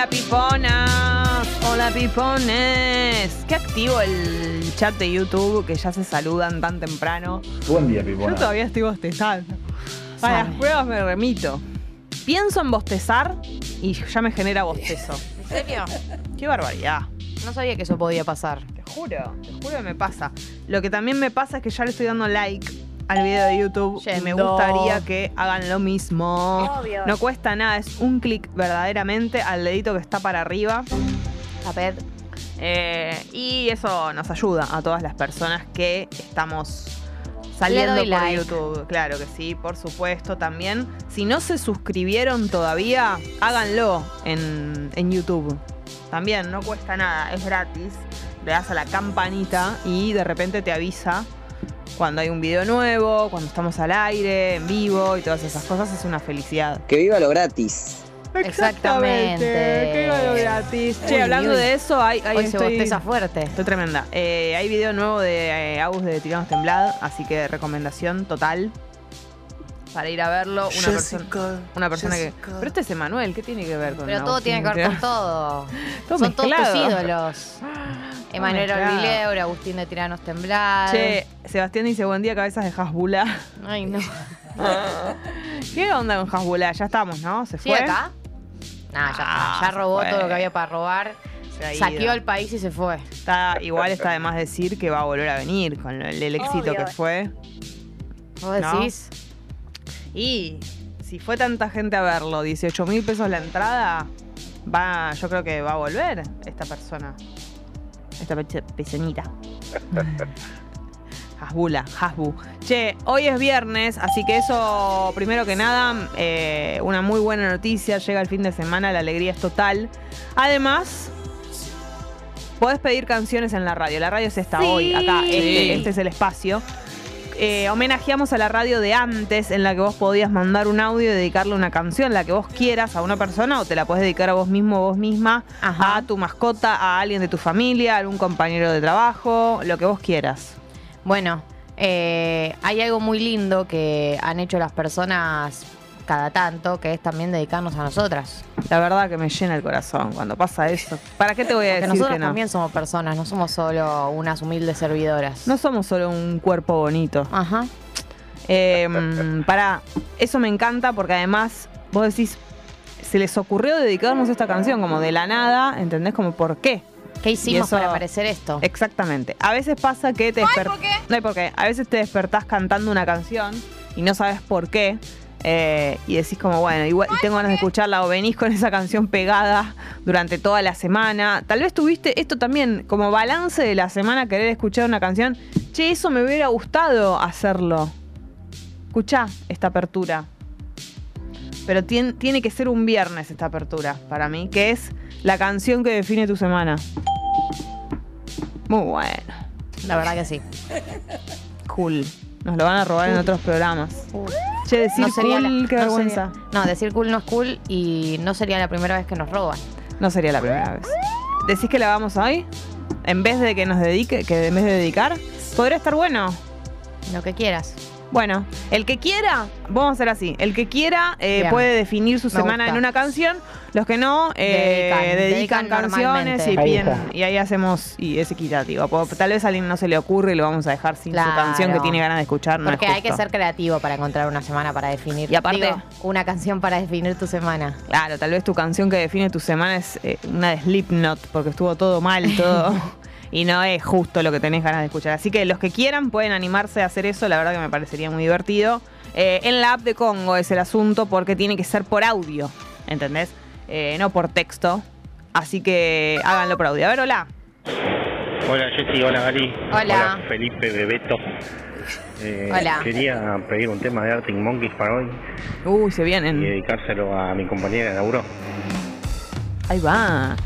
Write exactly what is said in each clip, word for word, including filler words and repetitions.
Hola piponas, hola pipones. Qué activo el chat de YouTube que ya se saludan tan temprano. Buen día, pipona. Yo todavía estoy bostezando. A las pruebas me remito. Pienso en bostezar y ya me genera bostezo. ¿En serio? Qué barbaridad. No sabía que eso podía pasar. Te juro, te juro que me pasa. Lo que también me pasa es que ya le estoy dando like al video de YouTube Yendo. y me gustaría que hagan lo mismo. Obvio. No cuesta nada, es un clic verdaderamente al dedito que está para arriba. A ver. Eh, y eso nos ayuda a todas las personas que estamos saliendo Le por doy like. YouTube. Claro que sí, por supuesto también. Si no se suscribieron todavía, háganlo en, en YouTube. También no cuesta nada, es gratis. Le das a la campanita y de repente te avisa cuando hay un video nuevo, cuando estamos al aire, en vivo y todas esas cosas. Es una felicidad. Que viva lo gratis. Exactamente. Qué gano gratis. Che, Uy, hablando uy. de eso, hay, hay Hoy se estoy, bosteza fuerte. estoy tremenda. Eh, hay video nuevo de eh, Agus de Tiranos Temblad, así que recomendación total para ir a verlo. Una persona, una persona que. Pero este es Emanuel, ¿qué tiene que ver con Pero Agus? todo tiene que ver con todo. Todo Son todos tus mezclado. ídolos. Emanuel mezclado. Orbileuro, Agustín de Tiranos Temblad. Che, Sebastián dice buen día, cabezas de Hasbula. Ay, no. ¿Qué onda con Hasbula? Ya estamos, ¿no? ¿Se ¿Sigue fue? acá? Nah, ya Ah, está. Ya se robó fue. todo lo que había para robar. Se ha ido. Saqueó el país y se fue. Está, igual está de más decir que va a volver a venir con el, el éxito Obvio. que fue. ¿Vos ¿No? decís? Y si fue tanta gente a verlo, dieciocho mil pesos la entrada, va, yo creo que va a volver esta persona. Esta pe pecenita. Hasbula, Hasbu. Che, hoy es viernes, así que eso, primero que nada, eh, una muy buena noticia. Llega el fin de semana, la alegría es total. Además, podés pedir canciones en la radio. La radio es esta Sí. hoy, acá. Este, Sí. este es el espacio. Eh, homenajeamos a la radio de antes, en la que vos podías mandar un audio y dedicarle una canción, la que vos quieras, a una persona, o te la podés dedicar a vos mismo, vos misma, Ajá. a tu mascota, a alguien de tu familia, a algún compañero de trabajo, lo que vos quieras. Bueno, eh, hay algo muy lindo que han hecho las personas cada tanto, que es también dedicarnos a nosotras. La verdad que me llena el corazón cuando pasa eso. ¿Para qué te voy a Porque decir nosotros que no? también somos personas, no somos solo unas humildes servidoras. No somos solo un cuerpo bonito. Ajá. Eh, para eso me encanta porque además vos decís, se les ocurrió dedicarnos esta canción como de la nada, ¿entendés? Como ¿por qué? ¿Qué hicimos eso- para merecer esto? Exactamente. A veces pasa que te despertás. No hay por qué. A veces te despertás cantando una canción y no sabes por qué. eh, y decís como, bueno, igual tengo ganas de escucharla, o venís con esa canción pegada durante toda la semana. Tal vez tuviste esto también como balance de la semana, querer escuchar una canción. Che, eso me hubiera gustado hacerlo. Escuchá esta apertura. Pero tien- tiene que ser un viernes esta apertura para mí, que es la canción que define tu semana. Muy bueno. La verdad que sí. Cool. Nos lo van a robar en otros programas. Che, decir No sería cool, la- qué no vergüenza. sería- no, decir cool no es cool y no sería la primera vez que nos roban. No sería la primera vez. ¿Decís que la vamos hoy? En vez de que nos dedique, que en vez de dedicar, podría estar bueno. Lo que quieras. Bueno, el que quiera, vamos a hacer así. El que quiera eh, Bien. puede definir su Me semana gusta. en una canción. Los que no, eh, Dedican, dedican, dedican canciones y normalmente. Ahí piden. está. Y ahí hacemos, y es equitativo. Po- Tal vez a alguien no se le ocurre y lo vamos a dejar sin Claro. su canción que tiene ganas de escuchar. No Porque es hay que justo. ser creativo para encontrar una semana para definir. Y aparte- Digo, una canción para definir tu semana. Claro, tal vez tu canción que define tu semana es eh, una de Slipknot, porque estuvo todo mal, todo. Y no es justo lo que tenés ganas de escuchar. Así que los que quieran pueden animarse a hacer eso. La verdad que me parecería muy divertido. Eh, en la app de Congo es el asunto porque tiene que ser por audio. ¿Entendés? Eh, no por texto. Así que háganlo por audio. A ver, hola. Hola Jessy, hola Gali. Hola. Felipe Bebeto. Eh, Hola. Quería pedir un tema de Arctic Monkeys para hoy Uy, se y vienen. dedicárselo a mi compañera de laburo. Ahí va.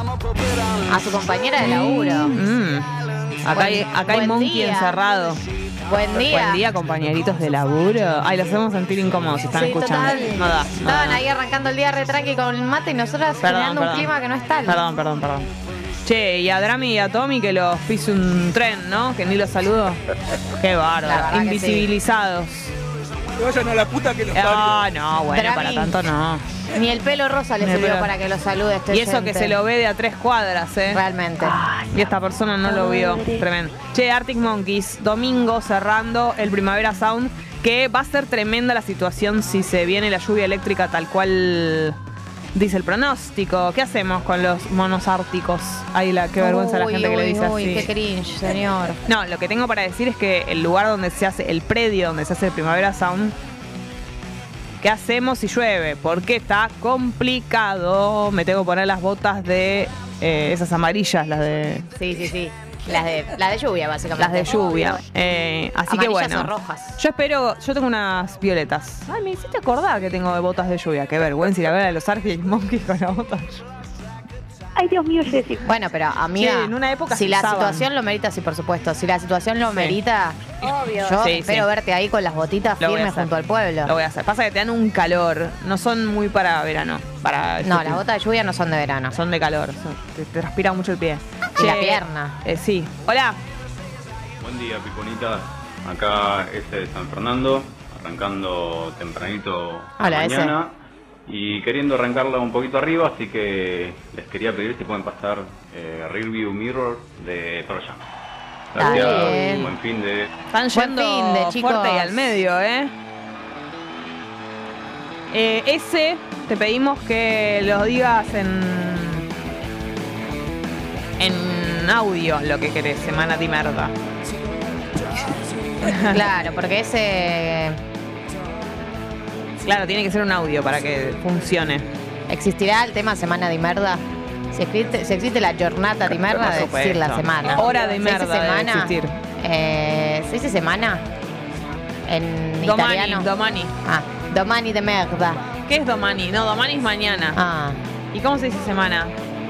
A su compañera de laburo. Mm. Acá hay, Buen- acá hay buen Monkey día. encerrado. Buen día. Buen día, compañeritos de laburo. Ay, los hacemos sentir incómodos si están Sí, escuchando. total. No da. no Estaban da. ahí arrancando el día re tranqui con el mate y nosotras Perdón, generando perdón. un clima que no es tal. Perdón, perdón, perdón. Che, y a Drami y a Tommy que los pise un tren, ¿no? Que ni los saludo. Qué La bárbaro. verdad que Invisibilizados. Que vayan a la puta que los Ah, parió. no, bueno, Drami. para tanto no. Ni el pelo rosa le Ni el sirvió pelo- para que lo salude este Y eso oyente. que se lo ve de a tres cuadras, ¿eh? Realmente. Y esta persona no lo vio. Tremendo. Che, Arctic Monkeys, domingo cerrando el Primavera Sound, que va a ser tremenda la situación si se viene la lluvia eléctrica tal cual dice el pronóstico. ¿Qué hacemos con los monos árticos? Ay, la, qué vergüenza la Uy, gente que le uy, dice uy, así. qué cringe, señor. No, lo que tengo para decir es que el lugar donde se hace, el predio donde se hace el Primavera Sound, ¿qué hacemos si llueve? Porque está complicado. Me tengo que poner las botas de eh, esas amarillas, las de Sí, sí, sí. Las de, las de lluvia, básicamente. las de lluvia. Eh, así que Amarillas bueno. o rojas. Yo espero, yo tengo unas violetas. Ay, me hiciste acordar que tengo botas de lluvia. Qué vergüenza ir a ver a los Arctic Monkeys con las botas de lluvia. Ay, Dios mío, Jessy. Bueno, pero amiga, Che, en una época si se la usaban. situación lo merita, sí, por supuesto. Si la situación lo merita, Obvio. yo Sí, espero sí. verte ahí con las botitas Lo voy a firmes hacer. junto al pueblo. Lo voy a hacer. Pasa que te dan un calor. No son muy para verano. Para No, las botas de lluvia no son de verano. Son de calor. son- te, te transpira mucho el pie. Y la Che, pierna. eh, sí. Hola. Buen día, Piponitas. Acá este de San Fernando, arrancando tempranito a la Hola, mañana y queriendo arrancarla un poquito arriba, así que les quería pedir si pueden pasar eh, Rearview Mirror de Pearl Jam. Gracias, Dale. buen fin de... Están Buen yendo fin de, chicos. fuerte y al medio, ¿eh? Eh, Ese, te pedimos que lo digas en en audio, lo que querés, semana de merda. Claro, porque ese Claro, tiene que ser un audio para que funcione. existirá el tema semana de merda. Si existe, si existe la giornata di merda, Por de supuesto. decir la semana. Hora de ¿Se dice merda debe semana? existir. Eh, ¿Se dice semana? En Domani, italiano. domani. Ah, domani de merda. ¿Qué es domani? No, domani es mañana. Ah, ¿Y cómo se dice semana?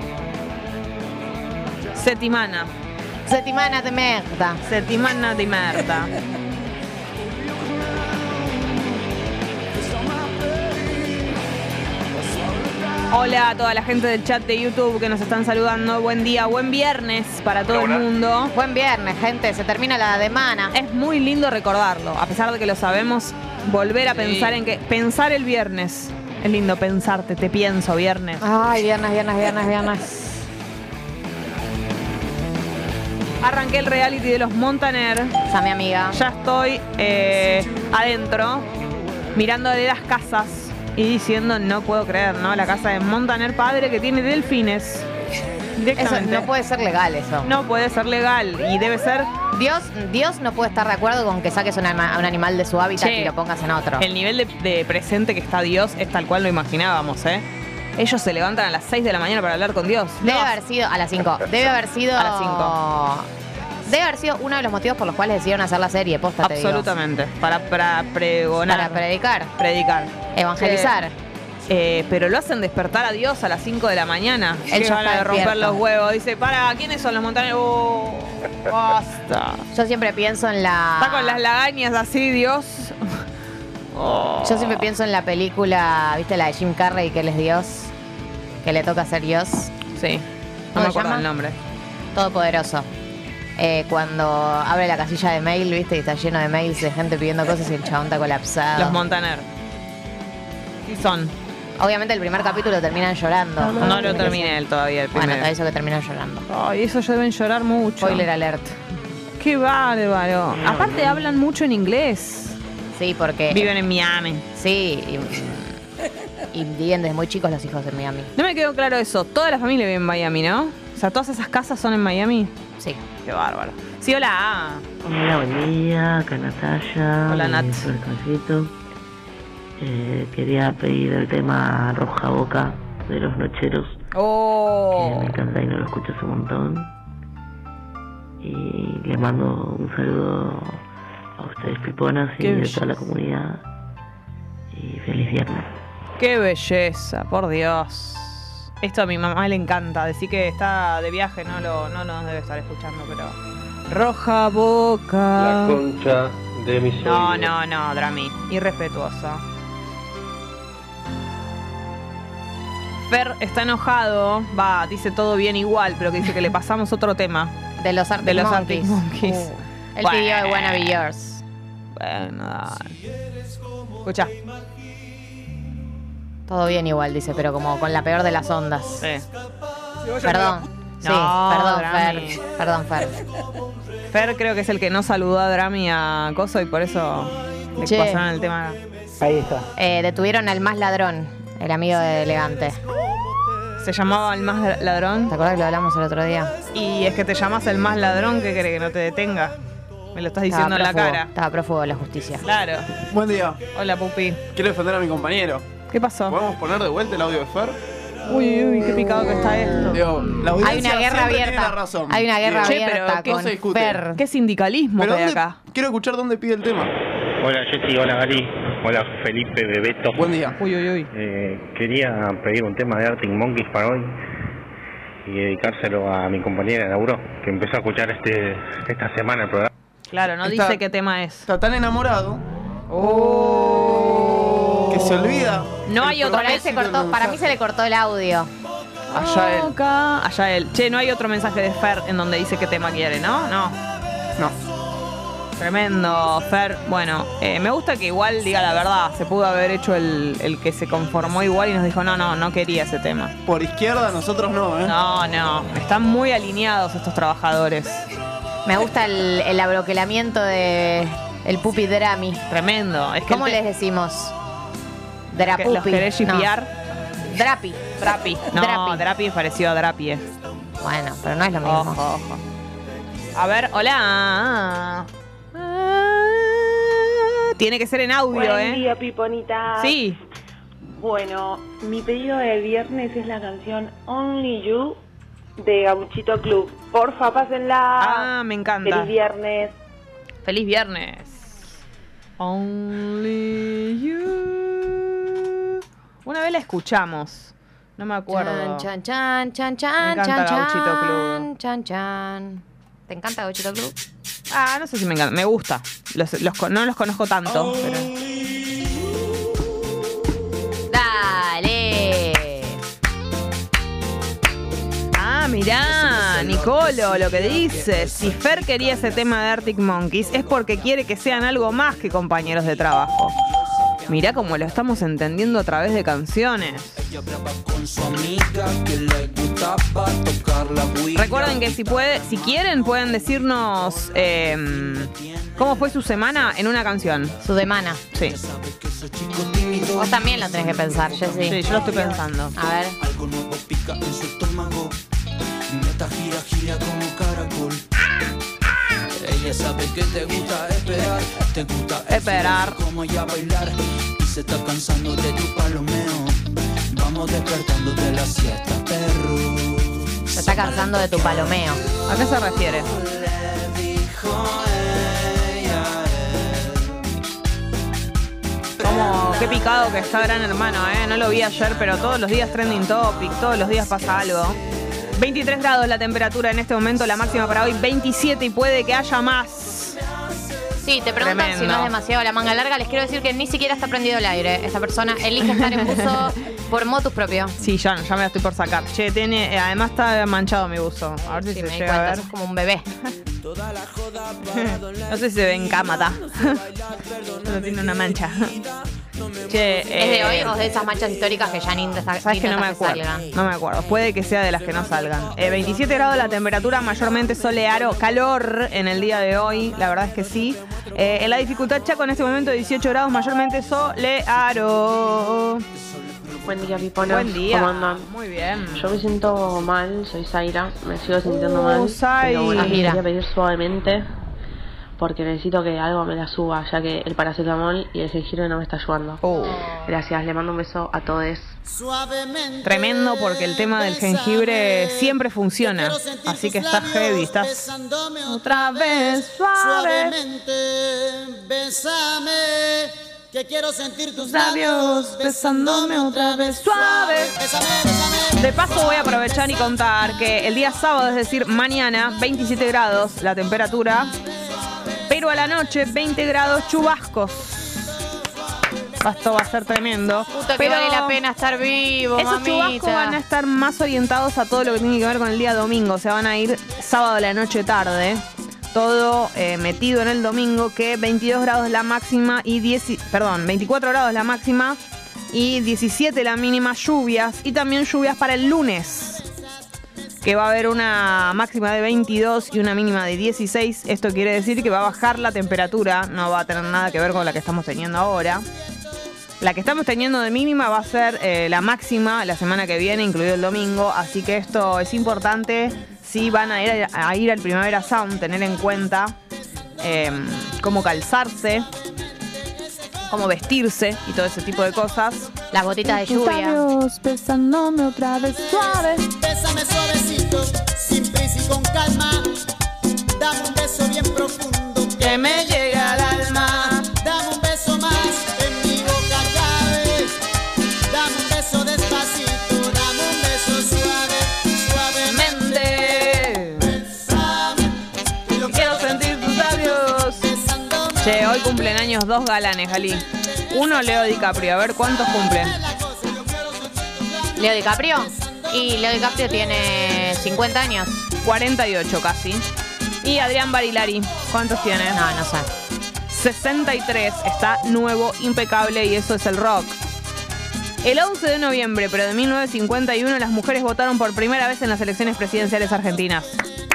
Settimana. settimana de merda. Settimana de merda. Hola a toda la gente del chat de YouTube que nos están saludando. Buen día, buen viernes para todo el mundo. Buen viernes, gente. Se termina la semana. Es muy lindo recordarlo, a pesar de que lo sabemos, volver a pensar en que pensar el viernes. Es lindo pensarte, te pienso viernes. Ay, viernes, viernes, viernes, viernes. Arranqué el reality de los Montaner. Esa mi amiga. Ya estoy eh, adentro, mirándole las casas y diciendo, no puedo creer, ¿no? La casa de Montaner padre que tiene delfines. Eso Directamente. no puede ser legal, eso. No puede ser legal y debe ser Dios, Dios no puede estar de acuerdo con que saques un anima- a un animal de su hábitat Che, y lo pongas en otro. el nivel de, de presente que está Dios es tal cual lo imaginábamos, ¿eh? Ellos se levantan a las seis de la mañana para hablar con Dios. Debe No. haber sido a las cinco. Debe haber sido A las cinco. Debe haber sido uno de los motivos por los cuales decidieron hacer la serie, posta te digo. Absolutamente. Para, para pregonar. Para predicar, predicar. evangelizar. Eh, pero lo hacen despertar a Dios a las cinco de la mañana. Él Qué ya gana está de romper despierto. los huevos. Dice, para, ¿quiénes son los montaneros? Oh, basta. Yo siempre pienso en la Está con las lagañas así, Dios. Oh. Yo siempre pienso en la película, ¿viste la de Jim Carrey que él es Dios? Que le toca ser Dios. Sí, no ¿Cómo me se acuerdo llama? el nombre. Todopoderoso. Eh, cuando abre la casilla de mail, ¿viste? Y está lleno de mails de gente pidiendo cosas y el chabón está colapsado. Los Montaner. Sí son. Obviamente el primer capítulo terminan llorando. No lo terminé él todavía, el Bueno, primero. te aviso que terminan llorando. Ay, eso ya deben llorar mucho. Spoiler alert. Qué bárbaro. Aparte hablan mucho en inglés. Sí, porque... Viven en Miami. Sí, y, y viven desde muy chicos los hijos de Miami. No me quedó claro eso. Toda la familia vive en Miami, ¿no? O sea, todas esas casas son en Miami. Sí. Qué bárbaro. Sí, hola. Hola, buen día, acá Natalia. Hola, de Nat. Flor Caballito. Eh, quería pedir el tema Roja Boca de los Nocheros, que Oh. me encanta y no lo escucho hace un montón. Y le mando un saludo a ustedes, piponas, y Qué a belleza. toda la comunidad. Y feliz viernes. Qué belleza, por Dios. Esto a mi mamá le encanta. Decir que está de viaje no lo no nos debe estar escuchando, pero. Roja Boca. La concha de mis No, oídos. no, no, Drami. Irrespetuoso. Fer está enojado. Va, dice todo bien igual, pero que dice que le pasamos otro tema. De los Arctic De los Monkeys. Arctic Monkeys. Uh, él Bueno. pidió I Wanna Be Yours. Bueno, dale. Escucha. Todo bien igual, dice, pero como con la peor de las ondas. Sí. Perdón. Sí, No, perdón, Drami. Fer. Perdón, Fer. Fer creo que es el que no saludó a Drami a Coso y por eso le Che. pasaron el tema. Ahí está. Eh, detuvieron al más ladrón, el amigo de Elegante. Se llamaba el más ladrón. ¿Te acuerdas que lo hablamos el otro día? Y es que te llamas el más ladrón, ¿qué cree que no te detenga? Me lo estás diciendo en la prófugo, cara. Estaba prófugo de la justicia. Claro. Buen día. Hola, Pupi. Quiero defender a mi compañero. ¿Qué pasó? ¿Podemos poner de vuelta el audio de Fer? Uy, uy, qué picado que está esto. Digo, la audiencia Hay una guerra siempre tiene la abierta. razón. Hay una guerra Che, abierta pero ¿qué con se discute? Fer. ¿Qué sindicalismo ¿Pero que hay dónde- acá? Quiero escuchar dónde pide el tema. Hola Jessy, hola Gali, hola Felipe Bebeto. Buen día. Uy, uy, uy. Eh, quería pedir un tema de Arctic Monkeys para hoy y dedicárselo a mi compañera de laburo, que empezó a escuchar este esta semana el programa. Claro, no Está- dice qué tema es. Está tan enamorado Oh. que se olvida. No hay el otro Por ahí se propósito cortó, del para mí mensaje. se le cortó el audio. Allá él. Acá. Allá él. Che, no hay otro mensaje de Fer en donde dice qué tema quiere, ¿no? No. No. Tremendo, Fer. Bueno, eh, me gusta que igual diga la verdad. Se pudo haber hecho el, el que se conformó igual y nos dijo, no, no, no quería ese tema. Por izquierda, nosotros no, ¿eh? No, no. Están muy alineados estos trabajadores. Me gusta el, el abroquelamiento de el pupi Drami. Tremendo. Es que ¿Cómo el te- les decimos? que Drapupi. ¿Los querés No. shipear? Drapi. Drapi. No, Drapi. Drapi es parecido a Drapie. Bueno, pero no es lo mismo. Ojo, ojo. A ver, hola. Tiene que ser en audio, Buen ¿eh? día, Piponita. Sí. Bueno, mi pedido del viernes es la canción Only You de Gauchito Club. Porfa, pásenla. Ah, me encanta. Feliz viernes. Feliz viernes. Only you. Una vez la escuchamos. No me acuerdo. Chan, chan, chan, chan, Me encanta chan, Gauchito chan, Club. chan, chan. ¿Te encanta Gauchito Club? Ah, no sé si me encanta. Me gusta. Los, los con- no los conozco tanto, pero. Dale. Ah, mirá, Nicolo, lo que dice. Si Fer quería ese tema de Arctic Monkeys es porque quiere que sean algo más que compañeros de trabajo. Mirá cómo lo estamos entendiendo a través de canciones. Recuerden que si puede, si quieren pueden decirnos eh, cómo fue su semana en una canción. Su demana. Sí, Vos también lo tenés que pensar, Jessy. sí, yo lo estoy pensando. A ver. Ella sabe que te gusta esperar, te gusta Esperar. como ella bailar y se está cansando de tu palomeo. Vamos despertando de la siesta, perro. Se está cansando de tu palomeo. ¿A qué se refiere? Le dijo ella Como qué picado que está Gran Hermano, ¿eh? No lo vi ayer, pero todos los días trending topic, todos los días pasa algo. veintitrés grados la temperatura en este momento, la máxima para hoy veintisiete y puede que haya más. Sí, te preguntan Tremendo. si no es demasiado la manga larga. Les quiero decir que ni siquiera está prendido el aire. Esta persona elige estar en buzo por motus propio. Sí, ya, ya me la estoy por sacar. Che, tiene, eh, además está manchado mi buzo. A ver si Sí, se me di llega a cuenta, ver. sos como un bebé. No sé si se ve en cámara. Pero tiene una mancha. Che, ¿Es de eh, hoy o es de esas manchas históricas que ya ni intentas Sabes que no me acuerdo. salgan? No me acuerdo. Puede que sea de las que no salgan. Eh, veintisiete grados la temperatura, mayormente soleado, calor en el día de hoy. La verdad es que sí. Eh, en la dificultad Chaco en este momento dieciocho grados, mayormente soleado. Buen día, Pipona. Buen día. ¿Cómo andan? Muy bien. Yo me siento mal, soy Zaira, me sigo sintiendo Uh, mal. Zai. Pero bueno, Ah, mira. quería pedir suavemente porque necesito que algo me la suba, ya que el paracetamol y el jengibre no me está ayudando. Oh. Gracias, le mando un beso a todos. Tremendo porque el tema del jengibre siempre funciona. Así que está heavy, estás otra vez suave. Bésame, que quiero sentir tus Labios besándome otra vez suave. De paso voy a aprovechar y contar que el día sábado, es decir, mañana, veintisiete grados la temperatura, pero a la noche veinte grados chubascos. Esto va a ser tremendo. Puta que pero vale la pena estar vivo, esos mamita. chubascos van a estar más orientados a todo lo que tiene que ver con el día domingo. O sea, van a ir sábado a la noche tarde. todo eh, metido en el domingo, que veintidós grados la máxima y diez, perdón, veinticuatro grados la máxima y diecisiete la mínima, lluvias y también lluvias para el lunes, que va a haber una máxima de veintidós y una mínima de dieciséis. Esto quiere decir que va a bajar la temperatura, no va a tener nada que ver con la que estamos teniendo ahora. La que estamos teniendo de mínima va a ser eh, la máxima la semana que viene, incluido el domingo, así que esto es importante. Si van a ir, a ir al Primavera Sound, tener en cuenta eh, cómo calzarse, cómo vestirse y todo ese tipo de cosas. Las gotitas de lluvia. Besándome otra vez suave. Bésame suavecito, sin prisa y con calma. Dame un beso bien profundo que me llegue al alma. Dame un beso más, en mi boca cabe. Dame un beso despacito, dame un beso suave, suavemente. Bésame, yo quiero sentir tus labios. Che, hoy cumplen años dos galanes, Gali. Uno, Leo DiCaprio. A ver cuántos cumplen. Leo DiCaprio. Y Leo DiCaprio tiene cincuenta años. cuarenta y ocho casi. Y Adrián Barilari, ¿cuántos tiene? No, no sé. sesenta y tres. Está nuevo, impecable, y eso es el rock. El once de noviembre, pero de mil novecientos cincuenta y uno, las mujeres votaron por primera vez en las elecciones presidenciales argentinas.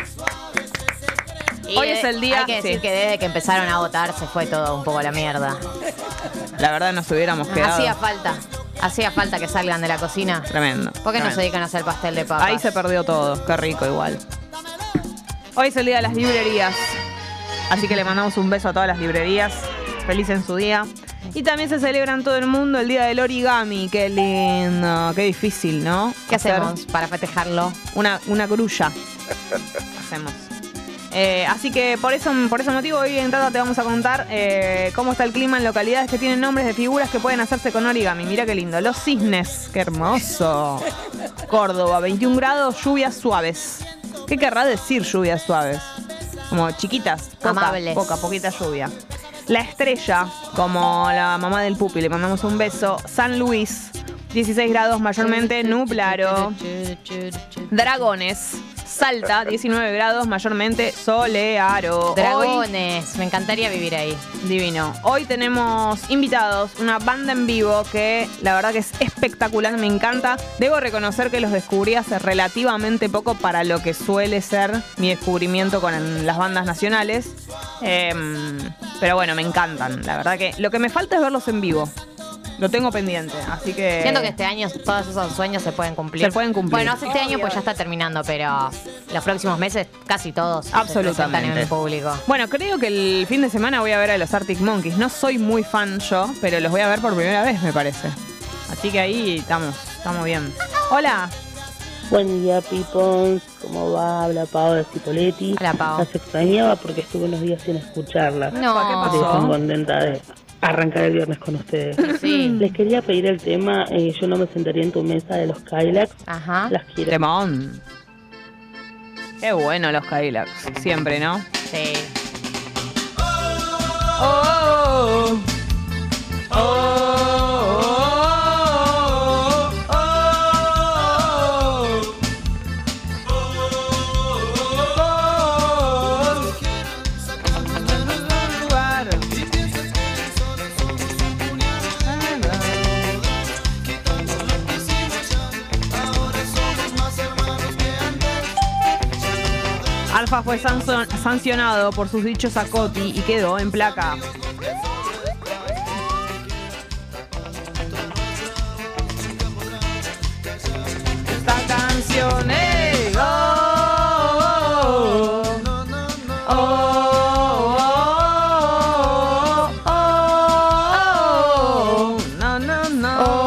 Y Hoy de, es el día... Hay que decir sí. que desde que empezaron a votar se fue todo un poco a la mierda. La verdad nos hubiéramos quedado... Hacía falta. Hacía falta que salgan de la cocina. Tremendo. ¿Por qué tremendo. no se dedican a hacer pastel de papas? Ahí se perdió todo. Qué rico igual. Hoy es el día de las librerías. Así que le mandamos un beso a todas las librerías. Feliz en su día. Y también se celebra en todo el mundo el día del origami. Qué lindo. Qué difícil, ¿no? ¿Qué Hacer hacemos para festejarlo? Una, una grulla. Hacemos. Eh, así que por eso, por ese motivo hoy en Tata te vamos a contar eh, cómo está el clima en localidades que tienen nombres de figuras que pueden hacerse con origami. Mira qué lindo. Los Cisnes, qué hermoso. Córdoba, veintiún grados, lluvias suaves. ¿Qué querrá decir lluvias suaves? Como chiquitas, poca, amables. Poca, poquita lluvia. La Estrella, como la mamá del Pupi, le mandamos un beso. San Luis, dieciséis grados, mayormente nublado. Dragones. Salta, diecinueve grados, mayormente soleado. Dragones, hoy, me encantaría vivir ahí. Divino. Hoy tenemos invitados, una banda en vivo que la verdad que es espectacular, me encanta. Debo reconocer que los descubrí hace relativamente poco para lo que suele ser mi descubrimiento con las bandas nacionales. Eh, pero bueno, me encantan. La verdad que lo que me falta es verlos en vivo. Lo tengo pendiente, así que... Siento que este año todos esos sueños se pueden cumplir. Se pueden cumplir. Bueno, hace este año pues ya está terminando, pero los próximos meses casi todos absolutamente se presentan en el público. Bueno, creo que el fin de semana voy a ver a los Arctic Monkeys. No soy muy fan yo, pero los voy a ver por primera vez, me parece. Así que ahí estamos, estamos bien. Hola. Buen día, Pipons. ¿Cómo va? Habla Pau de Cipoletti. Hola, Pau. Las extrañaba porque estuve unos días sin escucharlas. No, ¿qué pasó? Estoy contenta de arrancar el viernes con ustedes. Sí. Les quería pedir el tema eh, Yo no me sentaría en tu mesa de los Kylax. Ajá. Las quiero. Temón. Qué bueno los Kylax, siempre, ¿no? Sí. Oh, oh, oh, Alfa fue sanso- sancionado por sus dichos a Coti y quedó en placa. Esta canción es... Oh, oh, oh, oh, oh, oh, no, no, no.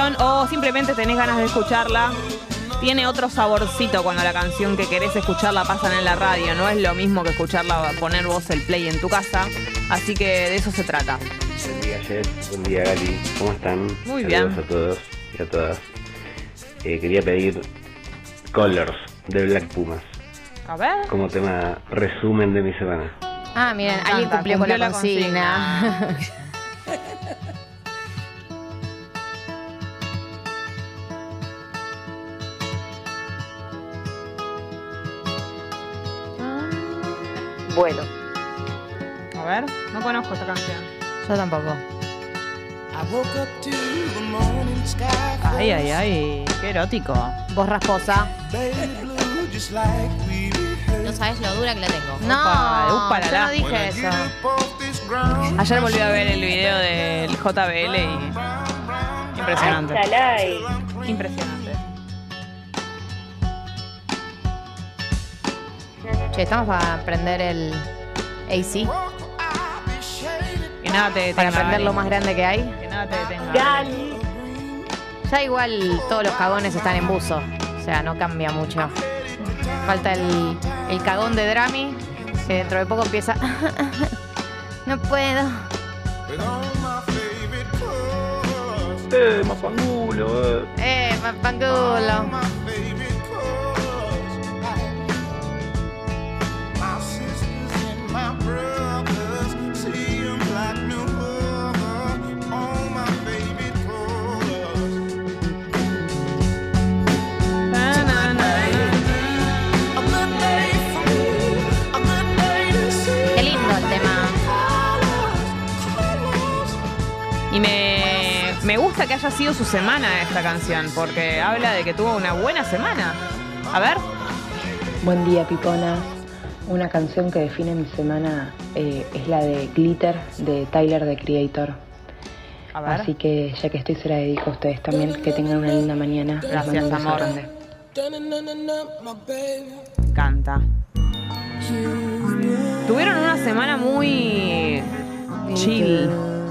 canción o simplemente tenés ganas de escucharla, tiene otro saborcito cuando la canción que querés escuchar la pasan en la radio. No es lo mismo que escucharla, poner vos el play en tu casa. Así que de eso se trata. Buen día, Jet. Buen día, Gali. ¿Cómo están? Muy Saludos bien. a todos y a todas. Eh, quería pedir Colors de Black Pumas A ver. como tema resumen de mi semana. Ah, miren, Me alguien encanta, cumplió, con cumplió la la consigna. Bueno. A ver, no conozco esta canción. Yo tampoco. Ay, ay, ay, qué erótico. Voz rasposa. No sabes lo dura que la tengo. No, Upa, upa, la, yo la. no dije eso. Ayer volví a ver el video del J B L y impresionante. Impresionante. Che, estamos para prender el A C. Que nada te detenga. Para prender Gali. lo más grande que hay. Que nada te detenga. Gali. Ya igual todos los cagones están en buzo. O sea, no cambia mucho. Falta el, el cagón de Drami, que dentro de poco empieza. No puedo. Eh, mapangulo. Eh, mapangulo. Qué lindo el tema. Y me, me gusta que haya sido su semana esta canción, porque habla de que tuvo una buena semana. A ver. Buen día, piponas. Una canción que define mi semana eh, es la de Glitter de Tyler, the Creator. A ver. Así que ya que estoy se la dedico a ustedes también. Que tengan una linda mañana. Les Gracias, mando un beso amor. grande. Canta. Tuvieron una semana muy chill.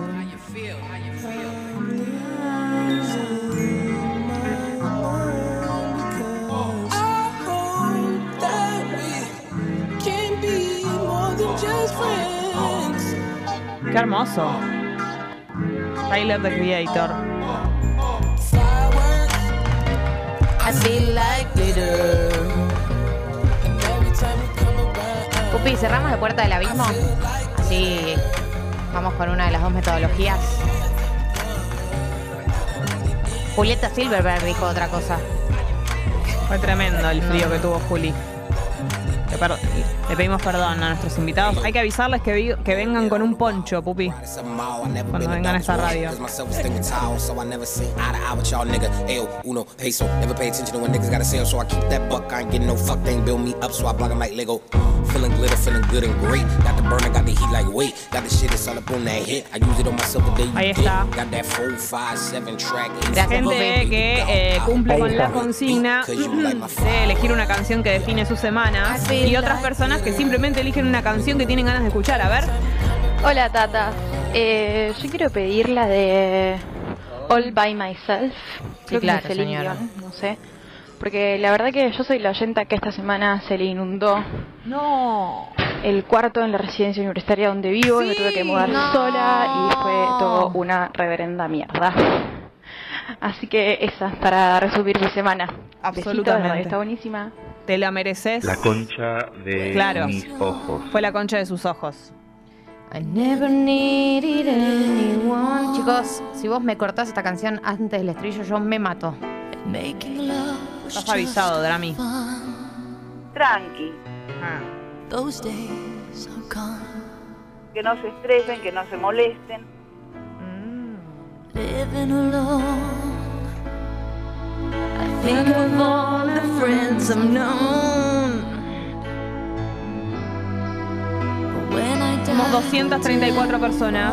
Qué hermoso. Tyler, the Creator. I feel like glitter. Pupi, cerramos la puerta del abismo. Así vamos con una de las dos metodologías. Julieta Silverberg dijo otra cosa. Fue tremendo el frío que tuvo Juli. Le, per- le pedimos perdón a nuestros invitados. Hay que avisarles que, vi- que vengan con un poncho, Pupi, cuando vengan a esta radio. Ahí está. Gente que eh, cumple con la consigna de elegir una canción que define su semana, y otras personas que simplemente eligen una canción que tienen ganas de escuchar. A ver. Hola, Tata. Eh, yo quiero pedir la de All By Myself. Creo claro, que es de Celine señora. Dion, no sé. Porque la verdad que yo soy la oyenta que esta semana se le inundó No. el cuarto en la residencia universitaria donde vivo y me tuve que mudar no. sola y fue todo una reverenda mierda. Así que esa, para resumir mi semana. Absolutamente. Besitos, está buenísima. Te la mereces. La concha de Claro. mis ojos. Fue la concha de sus ojos. I never needed anyone. Chicos, si vos me cortás esta canción antes del estribillo, yo me mato. Estás avisado, Drami. Tranqui. Ah. Que no se estresen, que no se molesten. Living alone, I think of all the friends I've known. But when I die, Somos doscientas treinta y cuatro personas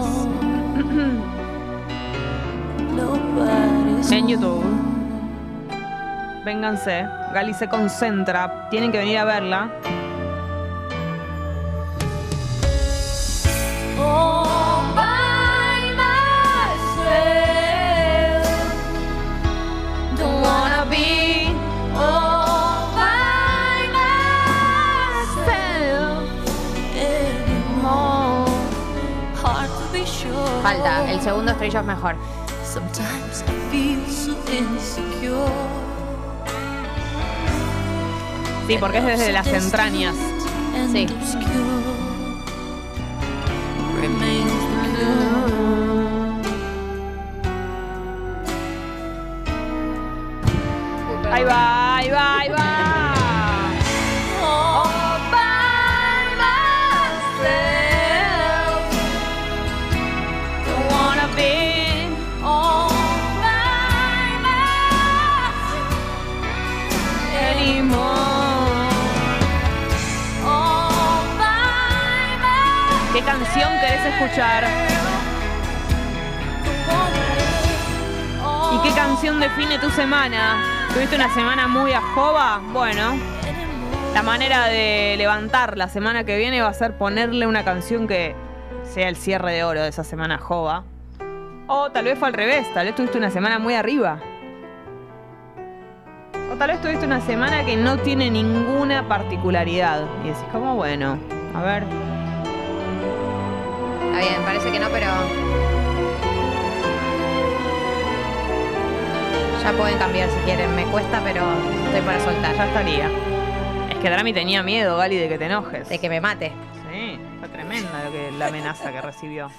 nobody's en YouTube. Vénganse. Gali se concentra. Tienen que venir a verla. all by myself. Falta, el segundo estribillo es mejor. Sometimes I feel so insecure. Sí, porque es desde las entrañas. Sí. Ahí va, ahí va, ahí va. All by myself. Don't wanna be All by myself anymore. All by myself. ¿Qué canción querés escuchar? ¿Y qué canción define tu semana? ¿Tuviste una semana muy ajoba? Bueno, la manera de levantar la semana que viene va a ser ponerle una canción que sea el cierre de oro de esa semana ajoba. O tal vez fue al revés, tal vez tuviste una semana muy arriba. O tal vez tuviste una semana que no tiene ninguna particularidad. Y decís, como bueno, a ver. Está bien, parece que no, pero... Ya pueden cambiar si quieren. Me cuesta, pero estoy para soltar. Ya estaría. Es que Drami tenía miedo, Gali, de que te enojes. De que me mate. Sí, fue tremenda lo que, la amenaza que recibió.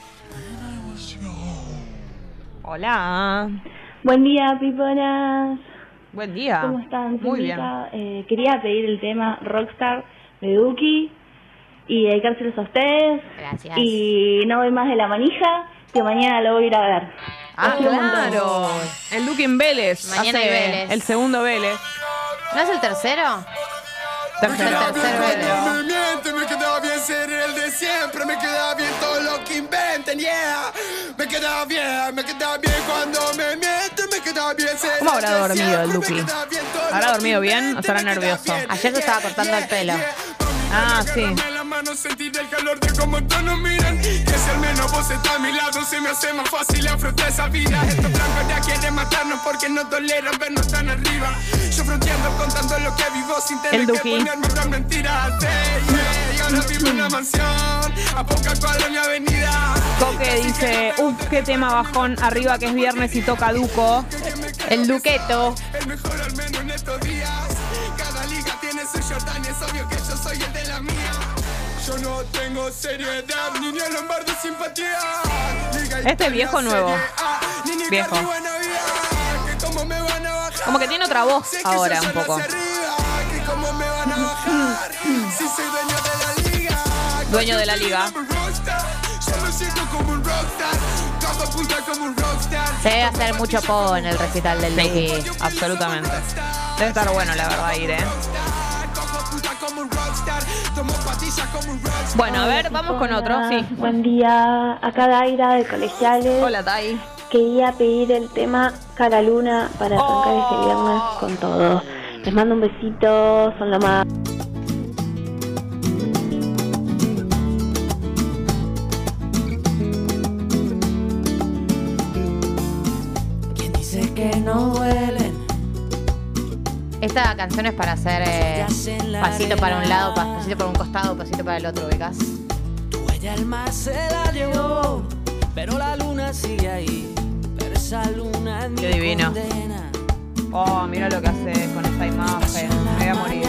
Hola. Buen día, piponas. Buen día. ¿Cómo están? Muy bien. Eh, quería pedir el tema Rockstar de Duki y dedicárselos a ustedes. Gracias. Y no voy más de la manija, que mañana lo voy a ir a ver. Ah, Los quiero un montón. claro. El Duki en Vélez. Mañana Hace hay Vélez. el segundo Vélez. ¿No es el tercero? Tercero. Es el tercer Vélez. Me miente, me queda bien ser el de siempre, me queda bien todo lo que inventen, yeah. Me queda bien, me queda bien cuando me miente, me queda bien ser ¿Cómo habrá el de dormido el siempre, Duki? me queda bien todo ¿Habrá lo dormido que bien o inventen, estará me queda nervioso? bien, Ayer se estaba cortando el pelo. Ah, sí. Agarrarme la mano, sentir el calor de cómo todos nos miran. Que si al menos vos estás a mi lado, se me hace más fácil afrontar esa vida. Estos blancos ya quieren matarnos porque no toleran vernos tan arriba. Yo fronteando contando lo que vivo sin tener El que Duki. ponerme a hablar mentiras. Hey, hey, y ahora vivo en una mansión a poca cuadra de mi avenida. Coque dice, uff, qué tema bajón, arriba que es viernes y toca Duco. El Duqueto. El mejor al menos en estos días. Cada liga tiene su Jordan y es obvio que yo soy el de la mía. Yo no tengo seriedad ni ni lombardo simpatía. Liga y Este viejo o nuevo. A, ni ni Viejo. carne buena vida. Que cómo me van a bajar. Como que tiene otra voz Sé que ahora soy un solo poco. hacia arriba, que cómo me van a bajar. Si soy dueño de la liga. Dueño de la liga. Yo me siento como un rockstar. Cada punta como un rockstar. Se debe hacer mucho poco en el recital del Duki. Sí, absolutamente. Debe estar bueno, la verdad, ir, ¿eh? Bueno, a ver, vamos con otro, sí. Buen día, acá Daira de Colegiales. Hola, Tai. Quería pedir el tema Cara Luna para arrancar este viernes con todo. Les mando un besito, son lo más. Quien dice que no duelen. Esta canción es para hacer eh, pasito para un lado, pa- pasito para un costado, pasito para el otro, ubicás. Tu huella al mar se la llevó, pero la luna sigue ahí. Pero esa luna es mi Qué divino. condena. Oh, mira lo que hace con esa imagen. Me voy a morir.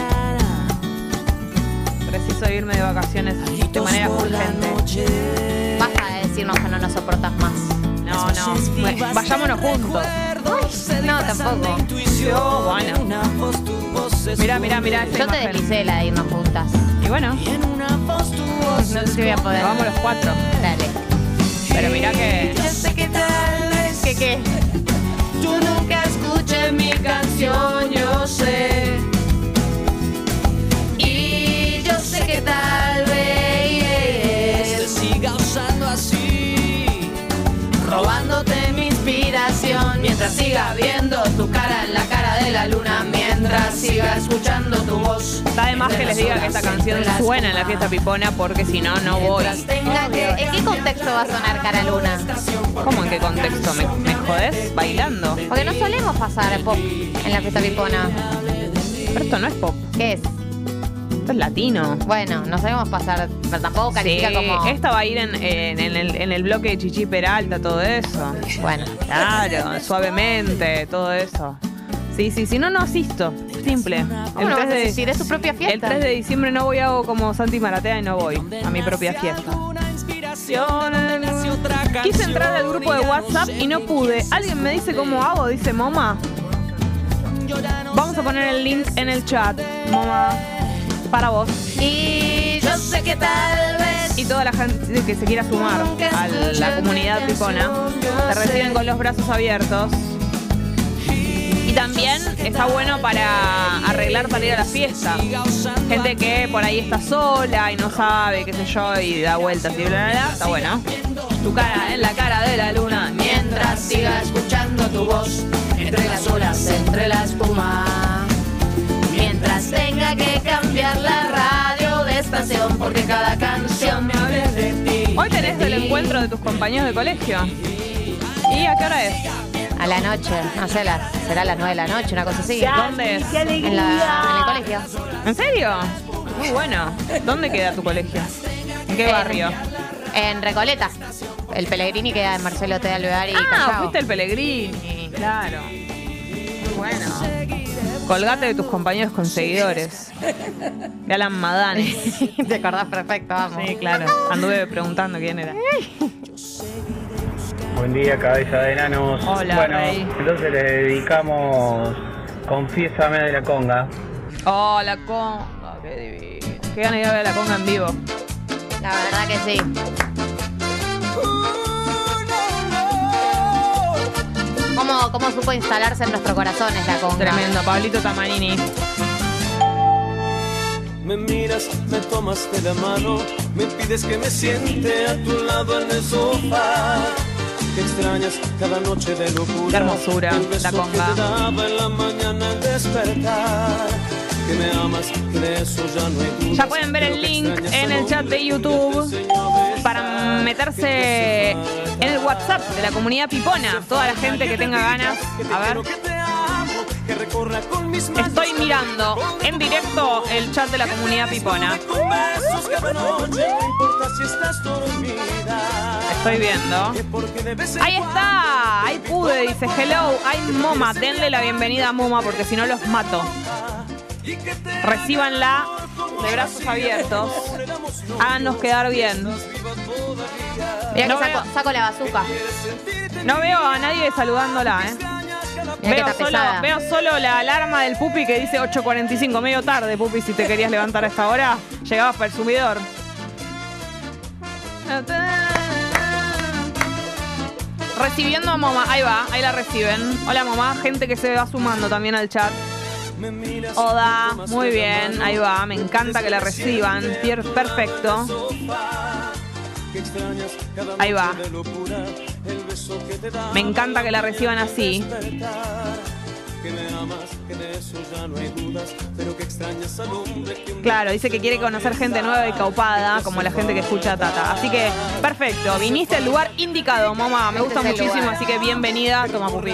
Preciso irme de vacaciones de manera urgente. Basta de decirnos que no nos soportas más. No, no. Bueno, vayámonos juntos. No, tampoco. Oh, bueno. Mirá, mirá, mirá esa Yo te imagen. deslicé la de irnos juntas. Y bueno, No sé si voy a poder. vamos los cuatro. Dale. Pero mirá que... Yo sé que tal vez ¿Qué qué? tú nunca escuches mi canción, yo sé. Y yo sé que tal vez Te siga usando así, robándote mi inspiración, mientras siga viendo tu cara en la cara de la luna, mientras siga escuchando tu voz. Está de más que les diga que esta canción suena en la fiesta pipona porque si no, no voy. Tenga que- ¿En qué contexto va a sonar Cara Luna? ¿Cómo en qué contexto? ¿Me, me jodés? ¿Bailando? Porque no solemos pasar pop en la fiesta pipona. Pero esto no es pop. ¿Qué es? Esto es latino. Bueno, no sabemos pasar, pero tampoco califica Sí, como... esta va a ir en, en- en el, en el bloque de Chichi Peralta, todo eso. Bueno. Claro, suavemente, todo eso. Sí, sí, si no, no asisto. Simple. ¿Cómo no vas a asistir? Es tu propia fiesta. El tres de diciembre no voy, hago como Santi Maratea y no voy a mi propia fiesta. Quise entrar al grupo de WhatsApp y no pude. ¿Alguien me dice cómo hago? Dice Moma. Vamos a poner el link en el chat, Moma, para vos. Y yo sé que tal vez... Y toda la gente que se quiera sumar a la comunidad pipona, te reciben con los brazos abiertos. Y también está bueno para arreglar para ir a la fiesta. Gente que por ahí está sola y no sabe, qué sé yo, y da vueltas y bla, bla, bla. Está bueno. Tu cara en la cara de la luna, Mientras siga escuchando tu voz, entre las olas, entre la espuma. Mientras tenga que cambiar la radio de estación, porque cada canción me hable de ti. Hoy tenés el encuentro de tus compañeros de colegio. ¿Y a qué hora es? A la noche, no sé, la, será a las nueve de la noche, una cosa así. ¿Dónde es? En, la, en el colegio. ¿En serio? Muy bueno. ¿Dónde queda tu colegio? ¿En qué En- barrio? En Recoleta. El Pellegrini queda en Marcelo T. Alvear y Ah, Callao. fuiste el Pellegrini. Claro. Muy bueno. Colgate de tus compañeros conseguidores. De Alan Madani. Te acordás perfecto, vamos. Sí, claro. Anduve preguntando quién era. Buen día, cabeza de enanos. Hola, bueno, Rey. entonces le dedicamos Confiésame de la conga. Oh, la conga, qué divino. Qué ganas de ir a ver la conga en vivo. La verdad que sí. ¿Cómo, cómo supo instalarse en nuestros corazones la conga? Tremendo, Pablito Tamanini. Me miras, me tomas de la mano, me pides que me siente a tu lado en el sofá. Que extrañas cada noche de locura. Qué hermosura, el beso la conga. que te daba en la mañana al despertar. Que me amas, que de eso ya no hay dudas. Ya pueden ver el link en el chat de YouTube para meterse en el WhatsApp de la comunidad pipona. Toda la gente que tenga ganas. A ver. Estoy mirando en directo el chat de la comunidad pipona. Estoy viendo. Ahí está. Ahí pude, dice hello. Ay, Moma. Denle la bienvenida a Moma porque si no los mato. Recíbanla de brazos abiertos. Háganos quedar bien. Mira No que saco, veo- saco la bazuca. No veo a nadie saludándola, ¿eh? Mirá que Veo está solo, pesada. veo solo la alarma del Pupi que dice ocho cuarenta y cinco. Medio tarde, Pupi, si te querías levantar a esta hora. Llegabas para el sumidor. Recibiendo a Moma. Ahí va, ahí la reciben. Hola, Moma. Gente que se va sumando también al chat. Oda, muy bien, ahí va. Me encanta que la reciban. Pier- Perfecto. Ahí va. Me encanta que la reciban así. Claro, dice que quiere conocer gente nueva y caupada, como la gente que escucha a Tata. Así que, perfecto, viniste al lugar indicado, Moma. Me gusta Este es el muchísimo, lugar. así que bienvenida. Toma, Pupi.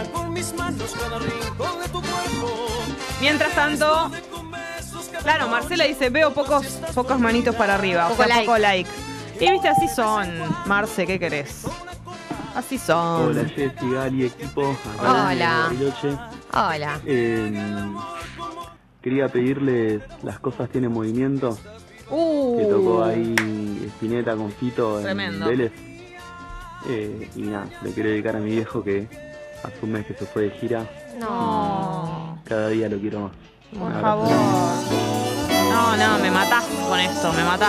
Mientras tanto, claro, Marcela dice, veo pocos, pocos manitos para arriba, Poco o sea, like. poco like. Y viste, así son, Marce, ¿qué querés? Así son. Hola Jessy, Gali, equipo. Acá Hola. desde Bariloche. Hola. Eh, quería pedirles Las cosas tienen movimiento. Uh. Que tocó ahí Spinetta con Fito en Tremendo. Vélez. Eh, y nada, le quiero dedicar a mi viejo que hace un mes que se fue de gira. No. Cada día lo quiero más. Un Por abrazo. favor. No, no, me matás con esto, me matás.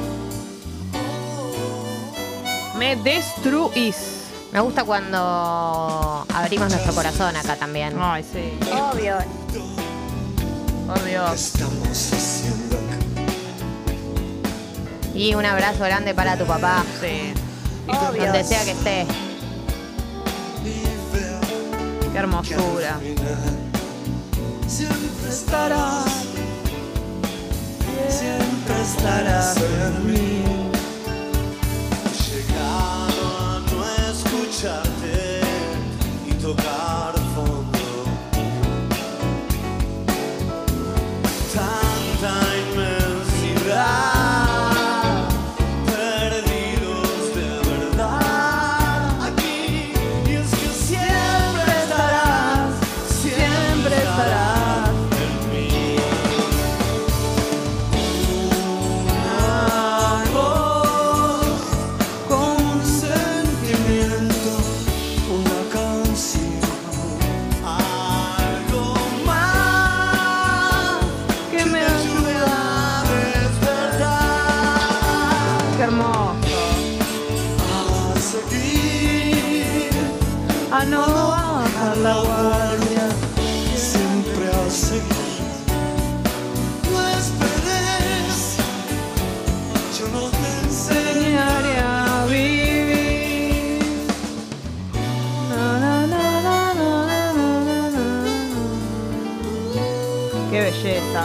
Me destruís. Me gusta cuando abrimos nuestro corazón acá también. Ay, sí. Obvio. Por Dios. Y un abrazo grande para tu papá. Sí. Obvio. Donde sea que esté. Qué hermosura. Siempre estarás, siempre estarás en mí. He llegado a no escucharte y tocar fondo. Tanta inmensidad. hermoso. A seguir, a no bajar la guardia, siempre a seguir. No esperes, yo no te enseñaré a vivir. Na, na, na, na, na, na, na, na. Qué belleza.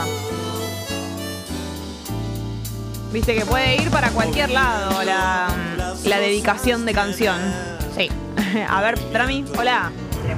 Viste que puede ir para cualquier lado la, la dedicación de canción. Sí. A ver, Drami, hola.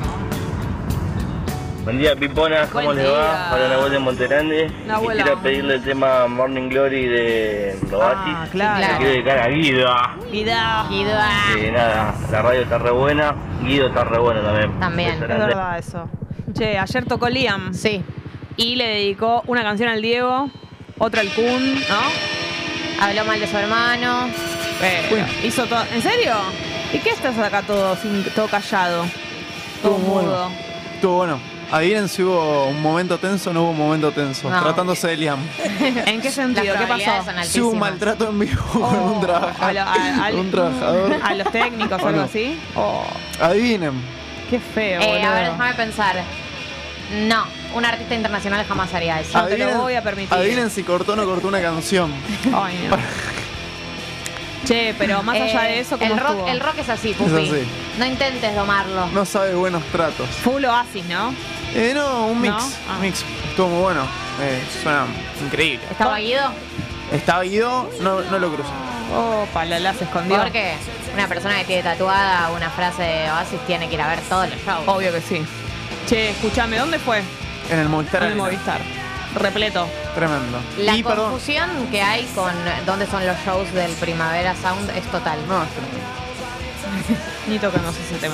Buen día, Pipona, ¿cómo Buen les día. va? Para Nahuel de Montegrande. Nahuel. Quisiera pedirle el tema Morning Glory de los Oasis. Ah, claro. Le quiero dedicar a Guido. Guido. Guido. Que nada, la radio está re buena, Guido está re bueno también. También. Beso Es grande. verdad eso. Che, ayer tocó Liam. Sí. Y le dedicó una canción al Diego, otra al Kun, ¿no? Habló mal de su hermano. Pero hizo todo. ¿En serio? ¿Y qué estás acá todo, sin, todo callado? Todo Estuvo bueno. mudo. Estuvo bueno. Adivinen si hubo un momento tenso o no hubo un momento tenso. No. Tratándose de Liam. ¿En qué sentido? Las ¿Qué probabilidades pasó? son Si hubo un altísimas. maltrato en vivo con un A, trabajador. lo- a- al- un trabajador. a los técnicos o ¿O algo no? así. Oh, Adivinen. qué feo, Eh, boludo. a ver, déjame pensar. No, un artista internacional jamás haría eso. No te lo voy a permitir. Adivinen si cortó o no cortó una canción. Ay, no. Che, pero más allá Eh, de eso, ¿cómo el rock, estuvo? el rock es así, Es Pupi. así. No intentes domarlo. No sabe buenos tratos. Full Oasis, ¿no? Eh, no, un mix. ¿No? Ah. Un mix. Estuvo muy bueno. Eh, suena increíble. ¿Estaba Guido? Estaba Guido, no, no lo cruzó. Oh, palala se escondió. Porque una persona que tiene tatuada una frase de Oasis tiene que ir a ver todos los shows. Obvio que sí. Che, escúchame, ¿dónde fue? En el Movistar. En el Arena. Movistar. Repleto. Tremendo. La y perdón. confusión que hay con dónde son los shows del Primavera Sound es total. No, es tremendo. Ni toquemos ese tema.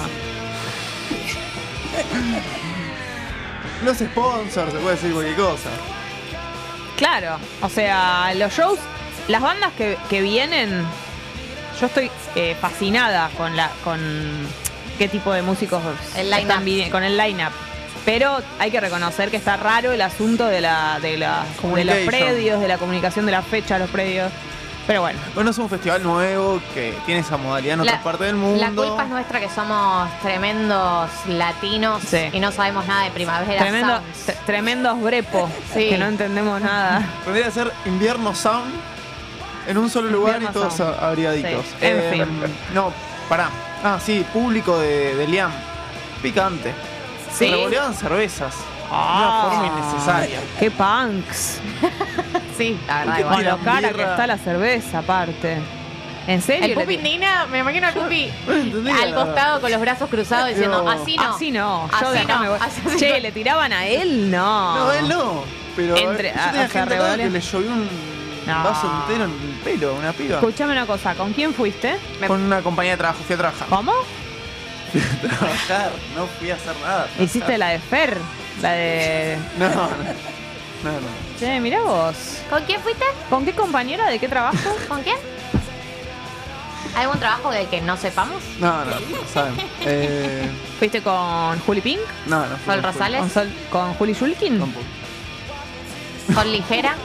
Los sponsors, se puede decir cualquier cosa. Claro, o sea, los shows, las bandas que, que vienen, yo estoy eh, fascinada con la con qué tipo de músicos El están line-up. vini- con el line-up. Pero hay que reconocer que está raro el asunto de la de, la, de los Communication. predios, de la comunicación de la fecha, los predios. Pero bueno. Bueno, es un festival nuevo que tiene esa modalidad en otra La- parte del mundo. La culpa es nuestra que somos tremendos latinos Sí. y no sabemos nada de Primavera Tremendo, Sounds. t- tremendos brepos, Sí. que no entendemos nada. Tendría que ser invierno sound en un solo lugar Invierno y todos Sound. a- abrigaditos. Sí, en Eh, fin. No, pará. Ah, sí, público de, de Liam. Picante. ¿Sí? Se revoleaban cervezas. Ah, de una forma innecesaria. ¡Qué punks! Sí, la verdad. ¿Qué igual. Con lo tiran cara que birra? está la cerveza, aparte. ¿En serio? El Pupi Le- Nina, me imagino al Pupi No entendía. al costado con los brazos cruzados diciendo, No. así no. Así no. Así Yo déjame- no. Así- así Che, no. ¿le tiraban a él? No. No, él no. Pero Entre- yo ah, tenía o sea, gente al lado revolea- que le llovió un No. vaso entero en el pelo, una piba. Escuchame una cosa, ¿con quién fuiste? Con una compañía de trabajo, fui a trabajar. ¿Cómo? Fui a trabajar, no fui a hacer nada. Hiciste la de Fer, la de... No, no. No, no. Che, mirá vos. ¿Con quién fuiste? ¿Con qué compañera? ¿De qué trabajo? ¿Con quién? ¿Algún trabajo del que no sepamos? No, no, no saben. Eh, ¿Fuiste con Juli Pink? no, no. fui ¿Sol con Rosales? ¿Con, Sol- con Juli Shulkin? Con Pul. ¿Con Ligera?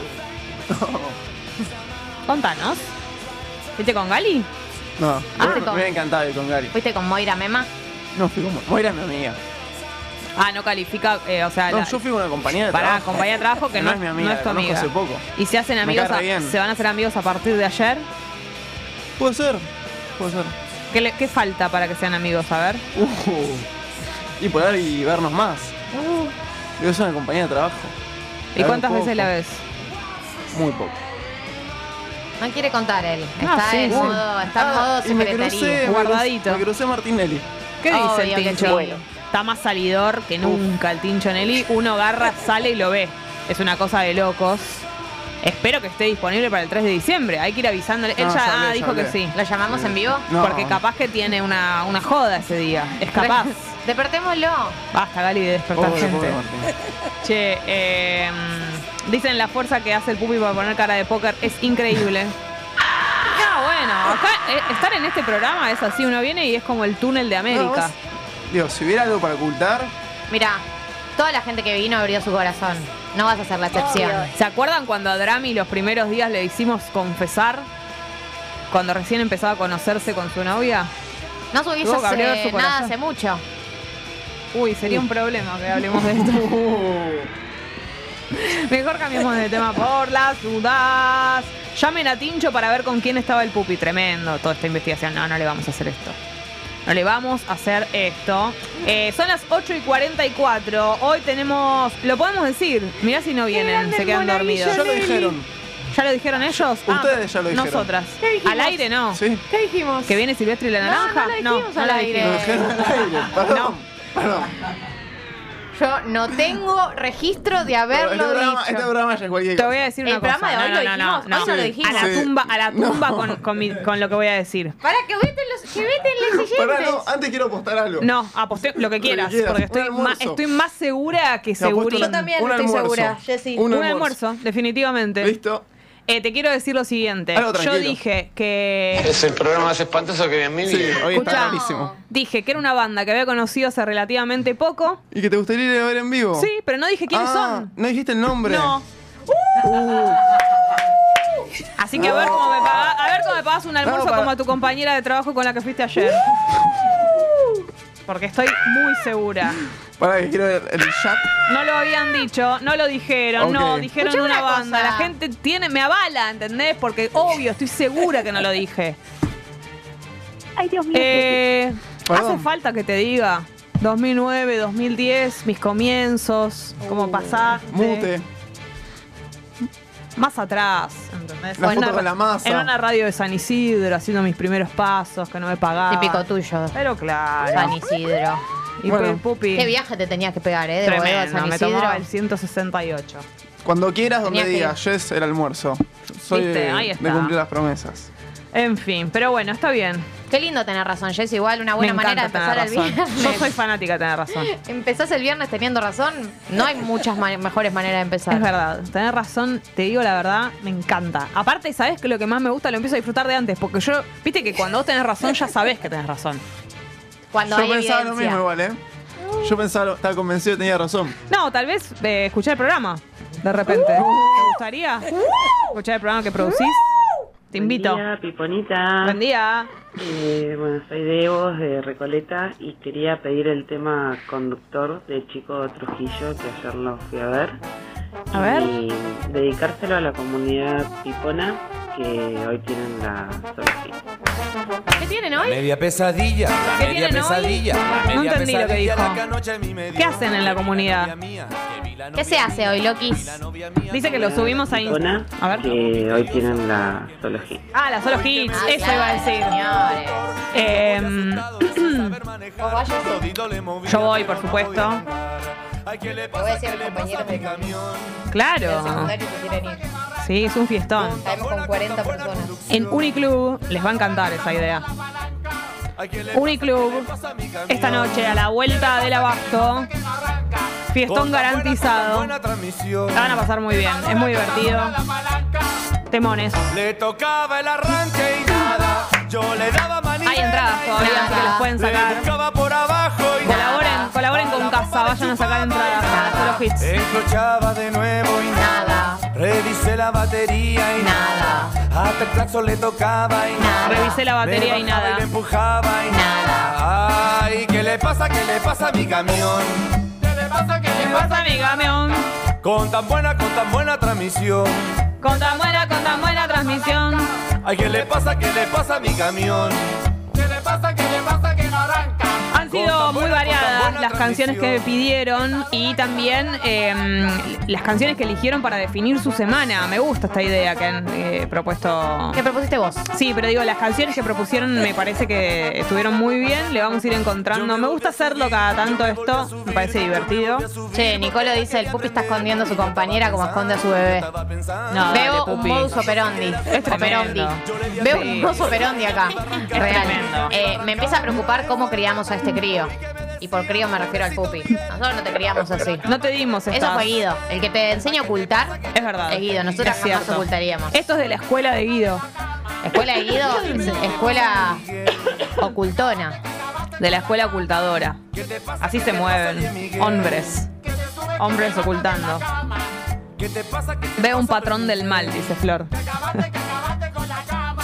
Contanos. ¿Fuiste con Gali? No, Ah, me, fui me con- hubiera encantado ir con Gary. ¿Fuiste con Moira Mema? No, fui con Moira, mi amiga. Ah, no califica, eh, o sea... No, la- yo fui con una compañía de Pará, trabajo. compañía de trabajo que no, es mi amiga, no es tu la conozco amiga. hace poco. Y se hacen Me amigos, cae a- re bien. se van a hacer amigos a partir de ayer. Puede ser, puede ser. ¿Qué, le- qué falta para que sean amigos? A ver. Uh, y poder y vernos más. Uh. Yo soy una compañía de trabajo. ¿Y La cuántas veo veces la poco. ves? Muy poco. No quiere contar él. No, Está sí, en sí. modo, está en Ah, modo y me secretaría. crucé, me crucé- Guardadito. Me crucé a Martinelli. ¿Qué dice Obvio el que Tincho? sí. Bueno, está más salidor que nunca el Tincho Nelly. Uno agarra, sale y lo ve. Es una cosa de locos. Espero que esté disponible para el tres de diciembre. Hay que ir avisándole. Él No, ya, ya hablé, ah, ya dijo que hablé. sí. ¿Lo llamamos en vivo? No. Porque capaz que tiene una, una joda ese día. Es capaz. Despertémoslo. Basta, Gali, de despertar Pobre, gente. pobre Martín. Che, eh, dicen la fuerza que hace el Pupi para poner cara de póker es increíble. No, bueno, acá eh, estar en este programa es así, uno viene y es como el túnel de No, América. vos- Digo, si hubiera algo para ocultar, Mira, toda la gente que vino abrió su corazón. No vas a ser la excepción. ¿Se acuerdan cuando a Drami los primeros días le hicimos confesar? cuando recién empezaba a conocerse con su novia? No subís Tuvo que abrir hace, su nada corazón. hace mucho. Uy, sería un problema que hablemos de esto. Mejor cambiemos de tema por las dudas. Llamen a Tincho para ver con quién estaba el pupi. Tremendo toda esta investigación. No, no le vamos a hacer esto. No le vamos a hacer esto. Eh, son las ocho y cuarenta y cuatro. Hoy tenemos... Lo podemos decir. Mirá si no vienen, se quedan dormidos. Ya lo dijeron. ¿Ya lo dijeron ellos? Ustedes Ah, ya lo dijeron. Nosotras. ¿Qué dijimos? ¿Al aire no? Sí. ¿Qué dijimos? ¿Que viene Silvestre y la No, naranja? no lo dijimos al lo aire. dijimos. Lo dijeron al aire. Perdón. No. Perdón. Yo no tengo registro de Pero haberlo este programa, dicho. este programa ya es cualquier Te cosa. voy a decir El una cosa. programa de hoy no, lo no, no, dijimos. no, Hoy no lo dijimos. A la Sí. tumba, a la tumba No. con, con, mi- con lo que voy a decir. Para que veten los, que veten los siguientes. Pará, no, antes quiero apostar algo. No, aposté lo que quieras, quieras. porque Un estoy, almuerzo. más, estoy más segura que Te apuesto segurín. Yo también Un estoy almuerzo. segura, Jessy. Un Un almuerzo. almuerzo, definitivamente. ¿Listo? Eh, te quiero decir lo siguiente. Algo Yo tranquilo. dije que... Es el programa más espantoso que vi en mi Sí, vida. hoy está Escuchá. clarísimo. Dije que era una banda que había conocido hace relativamente poco. ¿Y que te gustaría ir a ver en vivo? Sí, pero no dije quiénes Ah, son. ¿no dijiste el nombre? No. Uh. Así que a ver cómo me pagas, a ver cómo me pagas un almuerzo para- como a tu compañera de trabajo con la que fuiste ayer. Porque estoy muy segura. Pará, que quiero ver el chat. No lo habían dicho, no lo dijeron, no, Ok. dijeron Escuchame una una banda. cosa. La gente tiene, me avala, ¿entendés? Porque obvio, estoy segura que no lo dije. Ay, Dios mío. Eh, Perdón. hace falta que te diga. dos mil nueve, dos mil diez, mis comienzos, cómo pasaste. Mute. Más atrás, ¿entendés? La En foto una- con la masa. En una radio de San Isidro, haciendo mis primeros pasos, que no me pagaba. Típico tuyo. Pero claro. San Isidro. Y Bueno. el pupi. Qué viaje te tenías que pegar, ¿eh? De Boedo a Tremendo, San me Isidro. tomaba el ciento sesenta y ocho. Cuando quieras, donde Tenía que digas, Jess, el almuerzo. Soy Viste, de, ahí de está. cumplir las promesas. En fin, pero bueno, está bien. Qué lindo tener razón, Jess. Igual una buena Me manera de encanta empezar el tener razón. viernes. Yo soy fanática de tener razón. Empezás el viernes teniendo razón. No hay muchas ma- mejores maneras de empezar. Es verdad, tener razón, te digo la verdad, me encanta. Aparte, ¿sabes que lo que más me gusta? Lo empiezo a disfrutar de antes, porque yo, viste que cuando vos tenés razón, ya sabés que tenés razón. Cuando Yo hay pensaba evidencia. lo mismo igual, ¿eh? Yo pensaba, lo- estaba convencido que tenía razón. No, tal vez eh, escuchar el programa, de repente. ¿Te gustaría escuchar el programa que producís? Te invito. Buen día, Piponita. Buen día. Eh, bueno, soy Devos de Recoleta y quería pedir el tema Conductor de Chico Trujillo, que ayer lo fui a ver. A ver. Y dedicárselo a la comunidad pipona, que hoy tienen la Solofit. ¿Qué tienen hoy? Media pesadilla, la ¿Qué media tienen hoy? pesadilla, la No media entendí lo que pesadilla, dijo. la que anoche a mí me dio. ¿Qué hacen en la comunidad? ¿Qué se hace hoy, Lokis? Dice que lo subimos a Pipona, Instagram. A ver. que hoy tienen la Solofit. Ah, la solo hits, Ah, eso claro, iba a decir. señores. Em, ¿Vos vayas? yo voy, por supuesto. Le voy a decir a mis compañeros de camión. Del Claro. secundario que quieren ir. Sí, es un fiestón. Caemos con cuarenta personas. En Uniclub les va a encantar esa idea. Uniclub, esta noche a la vuelta del abasto. Fiestón garantizado. La van a pasar muy bien, es muy divertido. Temones. Le tocaba el arranque y nada. Yo le daba manita. Hay entradas todavía, así que las pueden sacar. Le buscaba por abajo y Colaboren, colaboren con casa, vayan a sacar entradas para solo hits. Encrochaba de nuevo y nada. Revisé la batería y nada. Hasta el claxon le tocaba y nada. Revisé la batería y Me bajaba nada. Y le empujaba y nada. Ay, ¿qué le pasa? ¿Qué le pasa a mi camión? ¿Qué le pasa? ¿Qué ¿Qué pasa a mi camión? Con tan buena, con tan buena transmisión. Con tan buena, con tan buena transmisión. Ay, ¿qué le pasa? ¿Qué le pasa a mi camión? ¿Qué le pasa? ¿Qué le pasa que no arranca? Han sido muy variadas las canciones que me pidieron y también eh, las canciones que eligieron para definir su semana. Me gusta esta idea que han eh, propuesto. ¿Qué propusiste vos? Sí, pero digo, las canciones que propusieron me parece que estuvieron muy bien. Le vamos a ir encontrando. Me gusta hacerlo cada tanto esto. Me parece divertido. Che, Nicolo dice, el pupi está escondiendo a su compañera como esconde a su bebé. No, Veo dale, un pupi. modus operondi. Es tremendo. Operondi. Veo Sí. un modus operondi acá. Real. tremendo. Eh, me empieza a preocupar cómo criamos a este crío. Y por crío me refiero al pupi. Nosotros no te criamos así. No te dimos Eso estas- fue Guido. El que te enseña a ocultar Es verdad. es Guido. Nosotros Es jamás cierto. ocultaríamos. Esto es de la escuela de Guido. Escuela de Guido es escuela ocultona. De la escuela ocultadora. Así se mueven. Hombres. Hombres ocultando. Veo un patrón del mal, dice Flor.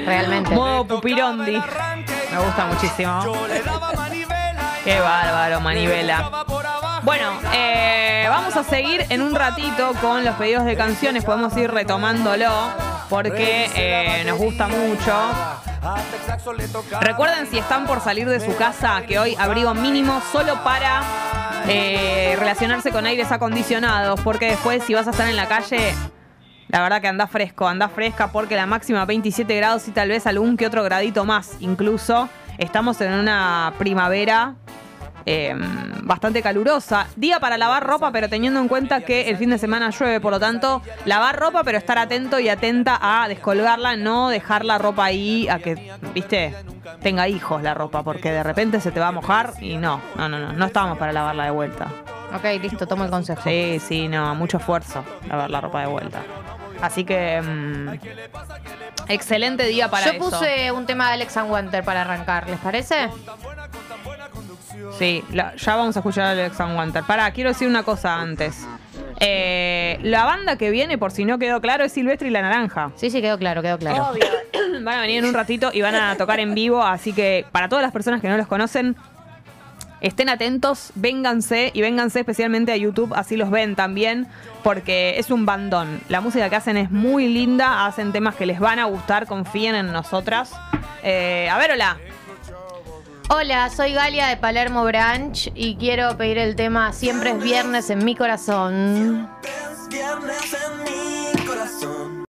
Realmente. Modo Pupirondi. Me gusta muchísimo. Qué bárbaro, Manivela. Bueno, eh, vamos a seguir en un ratito con los pedidos de canciones. Podemos ir retomándolo porque eh, nos gusta mucho. Recuerden, si están por salir de su casa, que hoy abrigo mínimo solo para eh, relacionarse con aires acondicionados, porque después si vas a estar en la calle, la verdad que andá fresco, andá fresca, porque la máxima veintisiete grados y tal vez algún que otro gradito más. Incluso estamos en una primavera eh, bastante calurosa. Día para lavar ropa, pero teniendo en cuenta que el fin de semana llueve, por lo tanto, lavar ropa, pero estar atento y atenta a descolgarla, no dejar la ropa ahí a que, viste, tenga hijos la ropa, porque de repente se te va a mojar y no, no, no, no, no estamos para lavarla de vuelta. Ok, listo, tomo el consejo. Sí, sí, no, mucho esfuerzo lavar la ropa de vuelta. Así que mmm, excelente día para Yo eso. Yo puse un tema de Alex and Winter para arrancar, ¿les parece? Sí, la, ya vamos a escuchar a Alex and Winter. Pará, quiero decir una cosa antes. Eh, la banda que viene, por si no quedó claro, es Silvestre y la Naranja. Sí, sí, quedó claro, quedó claro. Obvio. Van a venir en un ratito y van a tocar en vivo, así que para todas las personas que no los conocen, estén atentos, vénganse y vénganse especialmente a YouTube, así los ven también, porque es un bandón. La música que hacen es muy linda, hacen temas que les van a gustar, confíen en nosotras. Eh, a ver, hola. Hola, soy Galia de Palermo Branch y quiero pedir el tema Siempre es viernes en mi corazón. Siempre es viernes en mi corazón.